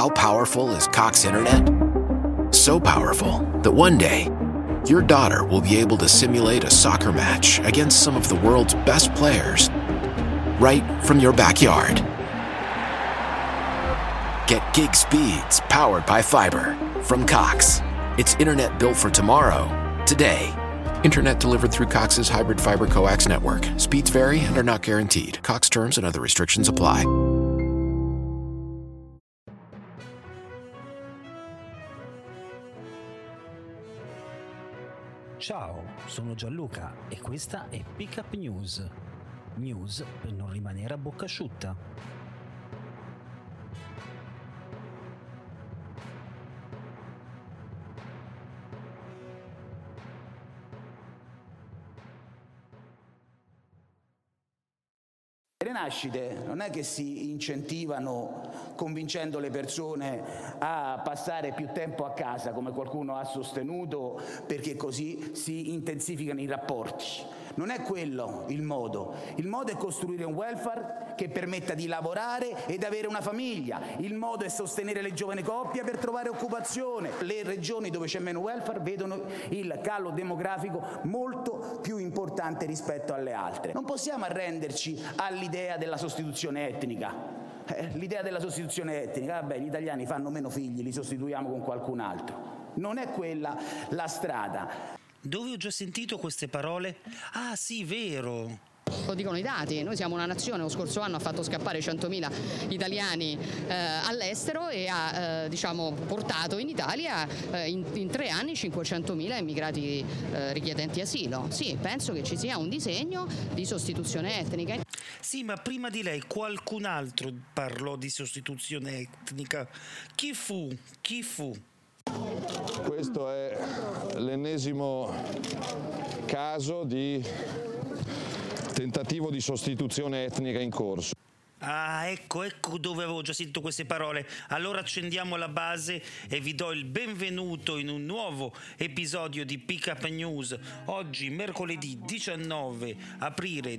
how powerful is Cox Internet? So powerful that one day, your daughter will be able to simulate a soccer match against some of the world's best players right from your backyard. Get gig speeds powered by fiber from Cox. It's internet built for tomorrow, today. Internet delivered through Cox's hybrid fiber coax network. Speeds vary and are not guaranteed. Cox terms and other restrictions apply. Ciao, sono Gianluca e questa è Pick Up News. News per non rimanere a bocca asciutta. Le nascite non è che si incentivano convincendo le persone a passare più tempo a casa, come qualcuno ha sostenuto, perché così si intensificano i rapporti. Non è quello il modo. Il modo è costruire un welfare che permetta di lavorare ed avere una famiglia. Il modo è sostenere le giovani coppie per trovare occupazione. Le regioni dove c'è meno welfare vedono il calo demografico molto più importante rispetto alle altre. Non possiamo arrenderci all'idea della sostituzione etnica. L'idea della sostituzione etnica, vabbè, gli italiani fanno meno figli, li sostituiamo con qualcun altro. Non è quella la strada. Dove ho già sentito queste parole? Ah sì, vero! Lo dicono i dati, noi siamo una nazione, lo scorso anno ha fatto scappare 100.000 italiani all'estero e ha portato in Italia in 3 anni 500.000 immigrati richiedenti asilo. Sì, penso che ci sia un disegno di sostituzione etnica. Sì, ma prima di lei qualcun altro parlò di sostituzione etnica. Chi fu? Questo è l'ennesimo caso di tentativo di sostituzione etnica in corso. Ah, ecco dove avevo già sentito queste parole. Allora accendiamo la base e vi do il benvenuto in un nuovo episodio di Pick Up News. Oggi, mercoledì 19 aprile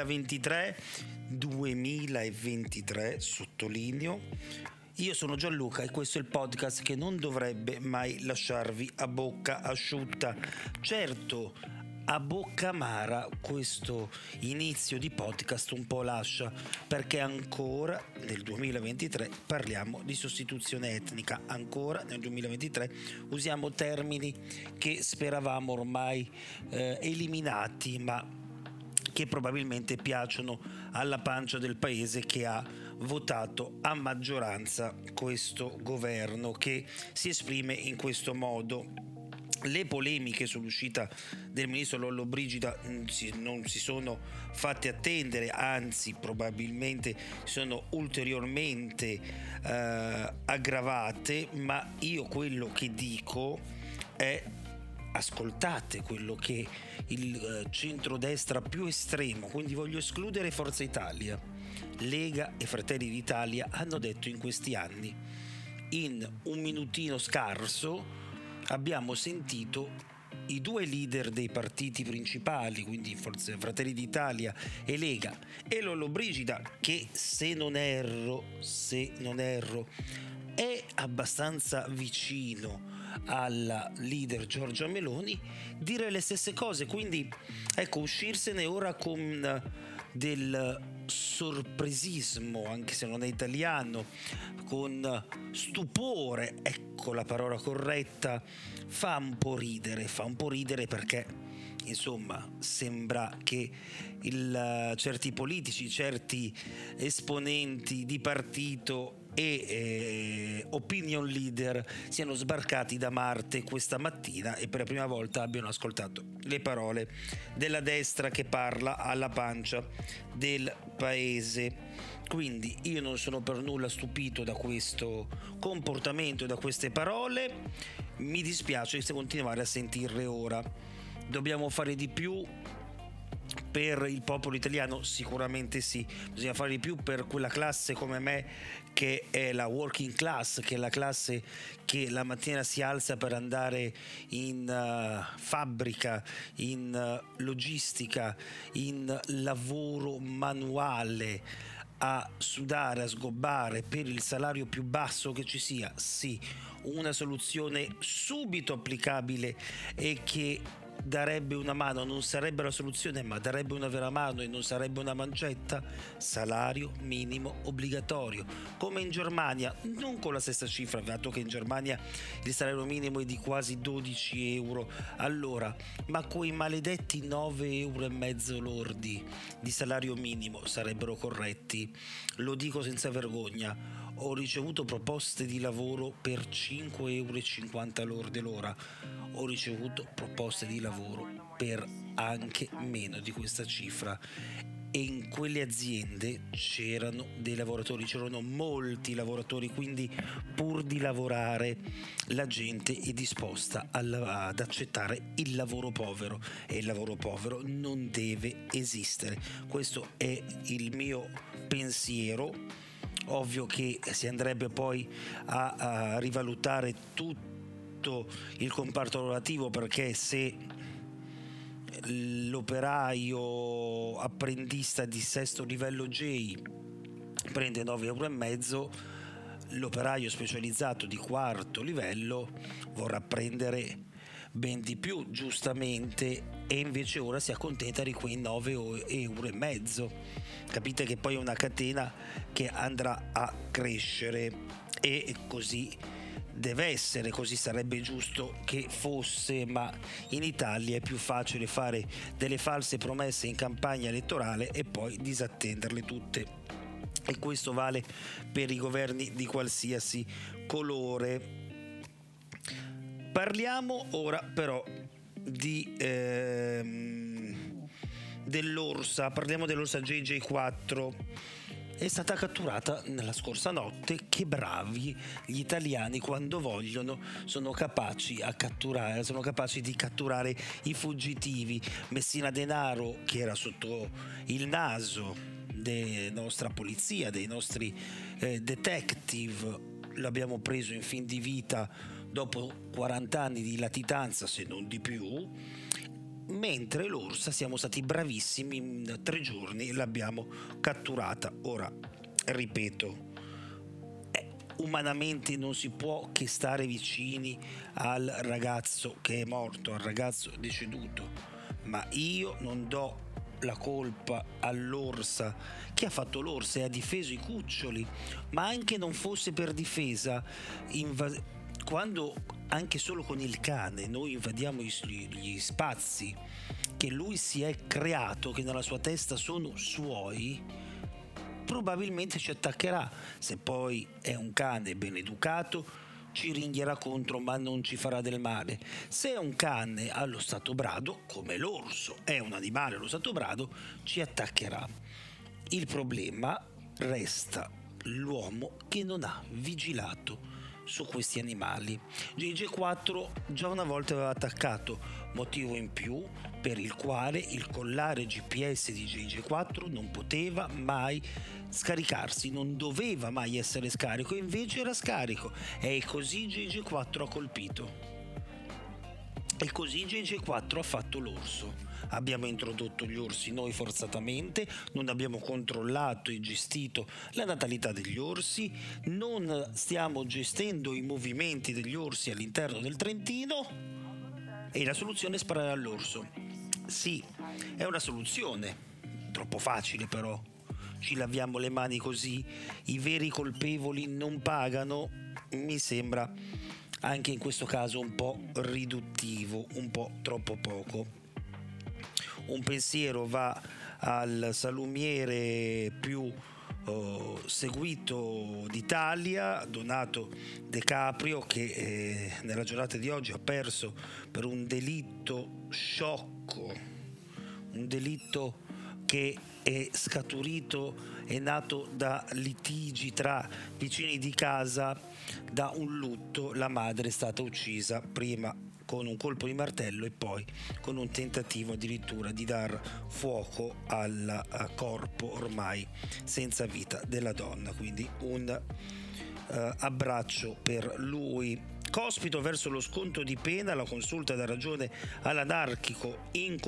2023, sottolineo. Io sono Gianluca e questo è il podcast che non dovrebbe mai lasciarvi a bocca asciutta. Certo, a bocca amara questo inizio di podcast un po' lascia, perché ancora nel 2023 parliamo di sostituzione etnica, ancora nel 2023 usiamo termini che speravamo ormai eliminati, ma che probabilmente piacciono alla pancia del paese che ha votato a maggioranza questo governo che si esprime in questo modo. Le polemiche sull'uscita del ministro Lollobrigida non si sono fatte attendere, anzi probabilmente sono ulteriormente aggravate, ma io quello che dico è: ascoltate quello che il centrodestra più estremo, quindi voglio escludere Forza Italia, Lega e Fratelli d'Italia, hanno detto in questi anni. In un minutino scarso abbiamo sentito i due leader dei partiti principali, quindi Fratelli d'Italia e Lega, e Lollobrigida, che se non erro è abbastanza vicino alla leader Giorgia Meloni, dire le stesse cose. Quindi ecco, uscirsene ora con del sorpresismo, anche se non è italiano, con stupore, ecco la parola corretta, fa un po' ridere perché insomma sembra che certi politici, certi esponenti di partito e opinion leader siano sbarcati da Marte questa mattina e per la prima volta abbiano ascoltato le parole della destra che parla alla pancia del paese. Quindi io non sono per nulla stupito da questo comportamento e da queste parole. Mi dispiace se continuare a sentirle ora. Dobbiamo fare di più per il popolo italiano? Sicuramente sì, bisogna fare di più per quella classe come me che è la working class, che è la classe che la mattina si alza per andare in fabbrica, in logistica, in lavoro manuale, a sudare, a sgobbare per il salario più basso che ci sia, sì, una soluzione subito applicabile e che darebbe una mano, non sarebbe la soluzione ma darebbe una vera mano e non sarebbe una mancetta, salario minimo obbligatorio, come in Germania, non con la stessa cifra, dato che in Germania il salario minimo è di quasi 12 euro all'ora, ma quei maledetti 9,5 euro lordi di salario minimo sarebbero corretti, lo dico senza vergogna. Ho ricevuto proposte di lavoro per 5,50 euro lordi l'ora, ho ricevuto proposte di lavoro per anche meno di questa cifra e in quelle aziende c'erano dei lavoratori, c'erano molti lavoratori, quindi pur di lavorare la gente è disposta ad accettare il lavoro povero e il lavoro povero non deve esistere. Questo è il mio pensiero. Ovvio che si andrebbe poi a rivalutare tutto il comparto lavorativo, perché se l'operaio apprendista di sesto livello J prende 9,5 euro, l'operaio specializzato di quarto livello vorrà prendere ben di più, giustamente, e invece ora si accontenta di quei 9,5 euro. Capite che poi è una catena che andrà a crescere e così deve essere, così sarebbe giusto che fosse, ma in Italia è più facile fare delle false promesse in campagna elettorale e poi disattenderle tutte, e questo vale per i governi di qualsiasi colore. Parliamo ora però dell'orsa, parliamo dell'orsa JJ4. È stata catturata nella scorsa notte. Che bravi gli italiani, quando vogliono sono capaci di catturare i fuggitivi. Messina Denaro, che era sotto il naso della nostra polizia, dei nostri detective, l'abbiamo preso in fin di vita dopo 40 anni di latitanza, se non di più, mentre l'orsa siamo stati bravissimi, in 3 giorni l'abbiamo catturata. Ora, ripeto, umanamente non si può che stare vicini al ragazzo che è morto, al ragazzo deceduto, ma io non do la colpa all'orsa che ha fatto l'orsa e ha difeso i cuccioli, ma anche non fosse per difesa, quando anche solo con il cane noi invadiamo gli spazi che lui si è creato, che nella sua testa sono suoi, probabilmente ci attaccherà. Se poi è un cane ben educato ci ringhierà contro, ma non ci farà del male. Se è un cane allo stato brado, come l'orso è un animale allo stato brado, ci attaccherà. Il problema resta l'uomo che non ha vigilato su questi animali. JJ4 già una volta aveva attaccato, motivo in più per il quale il collare GPS di JJ4 non poteva mai scaricarsi, non doveva mai essere scarico, invece era scarico, e così JJ4 ha colpito. E così JJ4 ha fatto l'orso. Abbiamo introdotto gli orsi noi forzatamente, non abbiamo controllato e gestito la natalità degli orsi, non stiamo gestendo i movimenti degli orsi all'interno del Trentino, e la soluzione è sparare all'orso. Sì, è una soluzione, troppo facile però. Ci laviamo le mani così, i veri colpevoli non pagano, mi sembra anche in questo caso un po' riduttivo, un po' troppo poco. Un pensiero va al salumiere più seguito d'Italia, Donato De Caprio, che nella giornata di oggi ha perso per un delitto sciocco, un delitto che è scaturito, è nato da litigi tra vicini di casa, da un lutto. La madre è stata uccisa prima con un colpo di martello e poi con un tentativo addirittura di dar fuoco al corpo ormai senza vita della donna. Quindi un abbraccio per lui. Cospito verso lo sconto di pena, la consulta dà ragione all'anarchico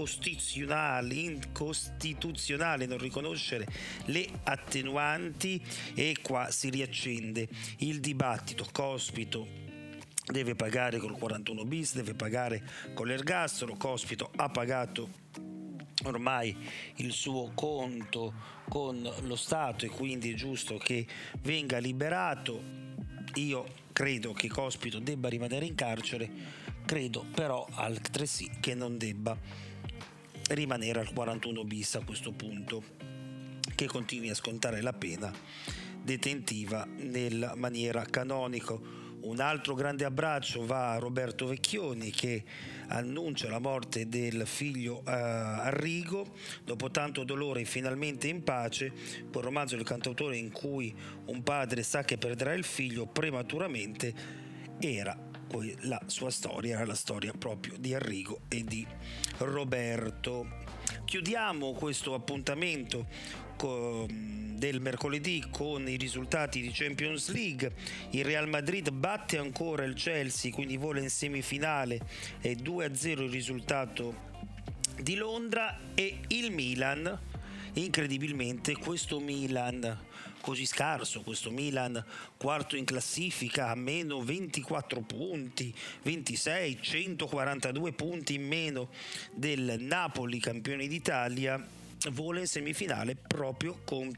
incostituzionale non riconoscere le attenuanti, e qua si riaccende il dibattito. Cospito deve pagare col 41 bis, deve pagare con l'ergastolo. Cospito ha pagato ormai il suo conto con lo Stato e quindi è giusto che venga liberato. Io credo che Cospito debba rimanere in carcere, credo però altresì che non debba rimanere al 41 bis a questo punto, che continui a scontare la pena detentiva nella maniera canonica. Un altro grande abbraccio va a Roberto Vecchioni, che annuncia la morte del figlio Arrigo. Dopo tanto dolore finalmente in pace. Quel romanzo del cantautore in cui un padre sa che perderà il figlio prematuramente era la sua storia, era la storia proprio di Arrigo e di Roberto. Chiudiamo questo appuntamento del mercoledì con i risultati di Champions League. Il Real Madrid batte ancora il Chelsea, quindi vola in semifinale, è 2-0 il risultato di Londra. E il Milan, incredibilmente questo Milan così scarso, questo Milan quarto in classifica a meno 24 punti, 26, 142 punti in meno del Napoli campione d'Italia, vola in semifinale proprio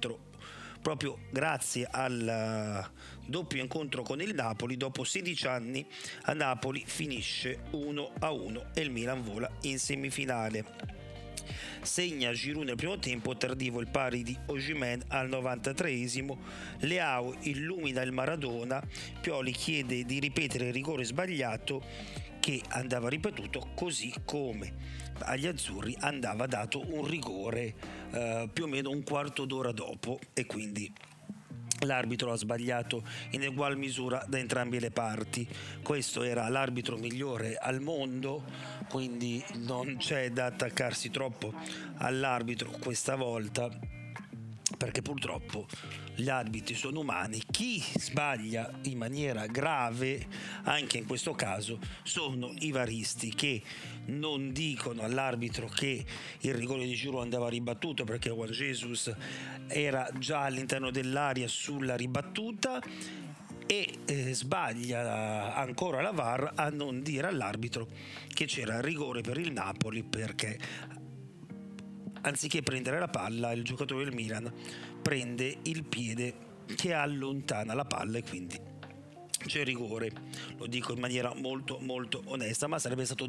grazie al doppio incontro con il Napoli. Dopo 16 anni a Napoli finisce 1-1 e il Milan vola in semifinale. Segna Giroud nel primo tempo, tardivo il pari di Osimhen al 93esimo. Leao illumina il Maradona. Pioli chiede di ripetere il rigore sbagliato, che andava ripetuto, così come agli azzurri andava dato un rigore più o meno un quarto d'ora dopo, e quindi l'arbitro ha sbagliato in egual misura da entrambe le parti. Questo era l'arbitro migliore al mondo, quindi non c'è da attaccarsi troppo all'arbitro questa volta, perché purtroppo gli arbitri sono umani. Chi sbaglia in maniera grave, anche in questo caso, sono i varisti, che non dicono all'arbitro che il rigore di Giroud andava ribattuto perché Juan Jesus era già all'interno dell'area sulla ribattuta, e sbaglia ancora la VAR a non dire all'arbitro che c'era rigore per il Napoli, perché anziché prendere la palla il giocatore del Milan prende il piede che allontana la palla e quindi c'è rigore. Lo dico in maniera molto molto onesta, ma sarebbe stato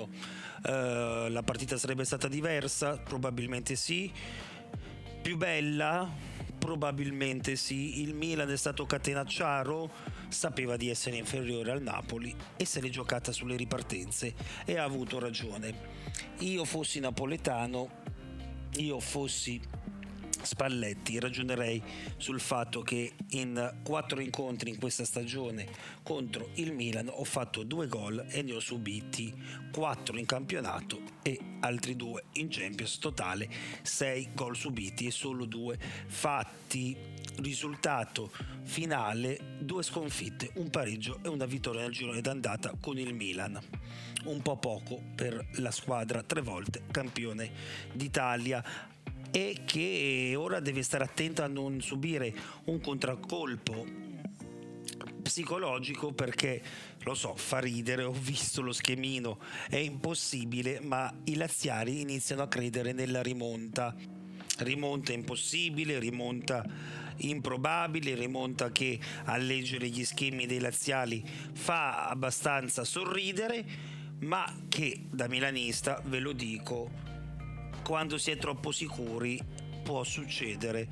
2-1, la partita sarebbe stata diversa? Probabilmente sì. Più bella? Probabilmente sì. Il Milan è stato catenacciaro, sapeva di essere inferiore al Napoli e se l'è giocata sulle ripartenze e ha avuto ragione. Io fossi napoletano, io fossi Spalletti, ragionerei sul fatto che in 4 incontri in questa stagione contro il Milan ho fatto 2 gol e ne ho subiti 4 in campionato e altri 2 in Champions, totale 6 gol subiti e solo 2 fatti. Risultato finale: 2 sconfitte, un pareggio e una vittoria nel girone d'andata con il Milan. Un po' poco per la squadra 3 volte campione d'Italia, e che ora deve stare attento a non subire un contraccolpo psicologico, perché lo so, fa ridere, ho visto lo schemino, è impossibile, ma i laziali iniziano a credere nella rimonta impossibile, rimonta improbabile, rimonta che a leggere gli schemi dei laziali fa abbastanza sorridere, ma che da milanista ve lo dico, quando si è troppo sicuri può succedere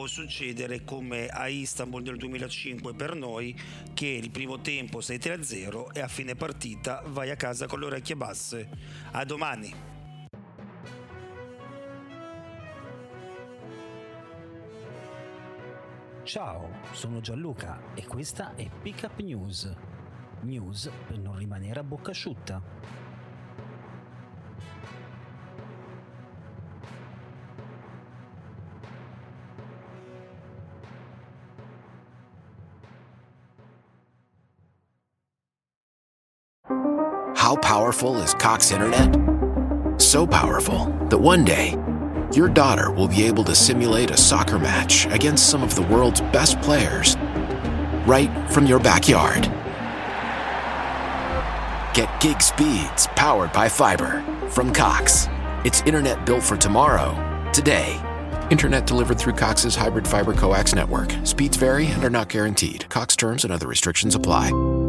come a Istanbul nel 2005 per noi, che il primo tempo 7-0 e a fine partita vai a casa con le orecchie basse. A domani. Ciao, sono Gianluca e questa è Pick Up News per non rimanere a bocca asciutta. How powerful is Cox Internet? So powerful that one day, your daughter will be able to simulate a soccer match against some of the world's best players right from your backyard. Get gig speeds powered by fiber from Cox. It's internet built for tomorrow, today. Internet delivered through Cox's hybrid fiber coax network. Speeds vary and are not guaranteed. Cox terms and other restrictions apply.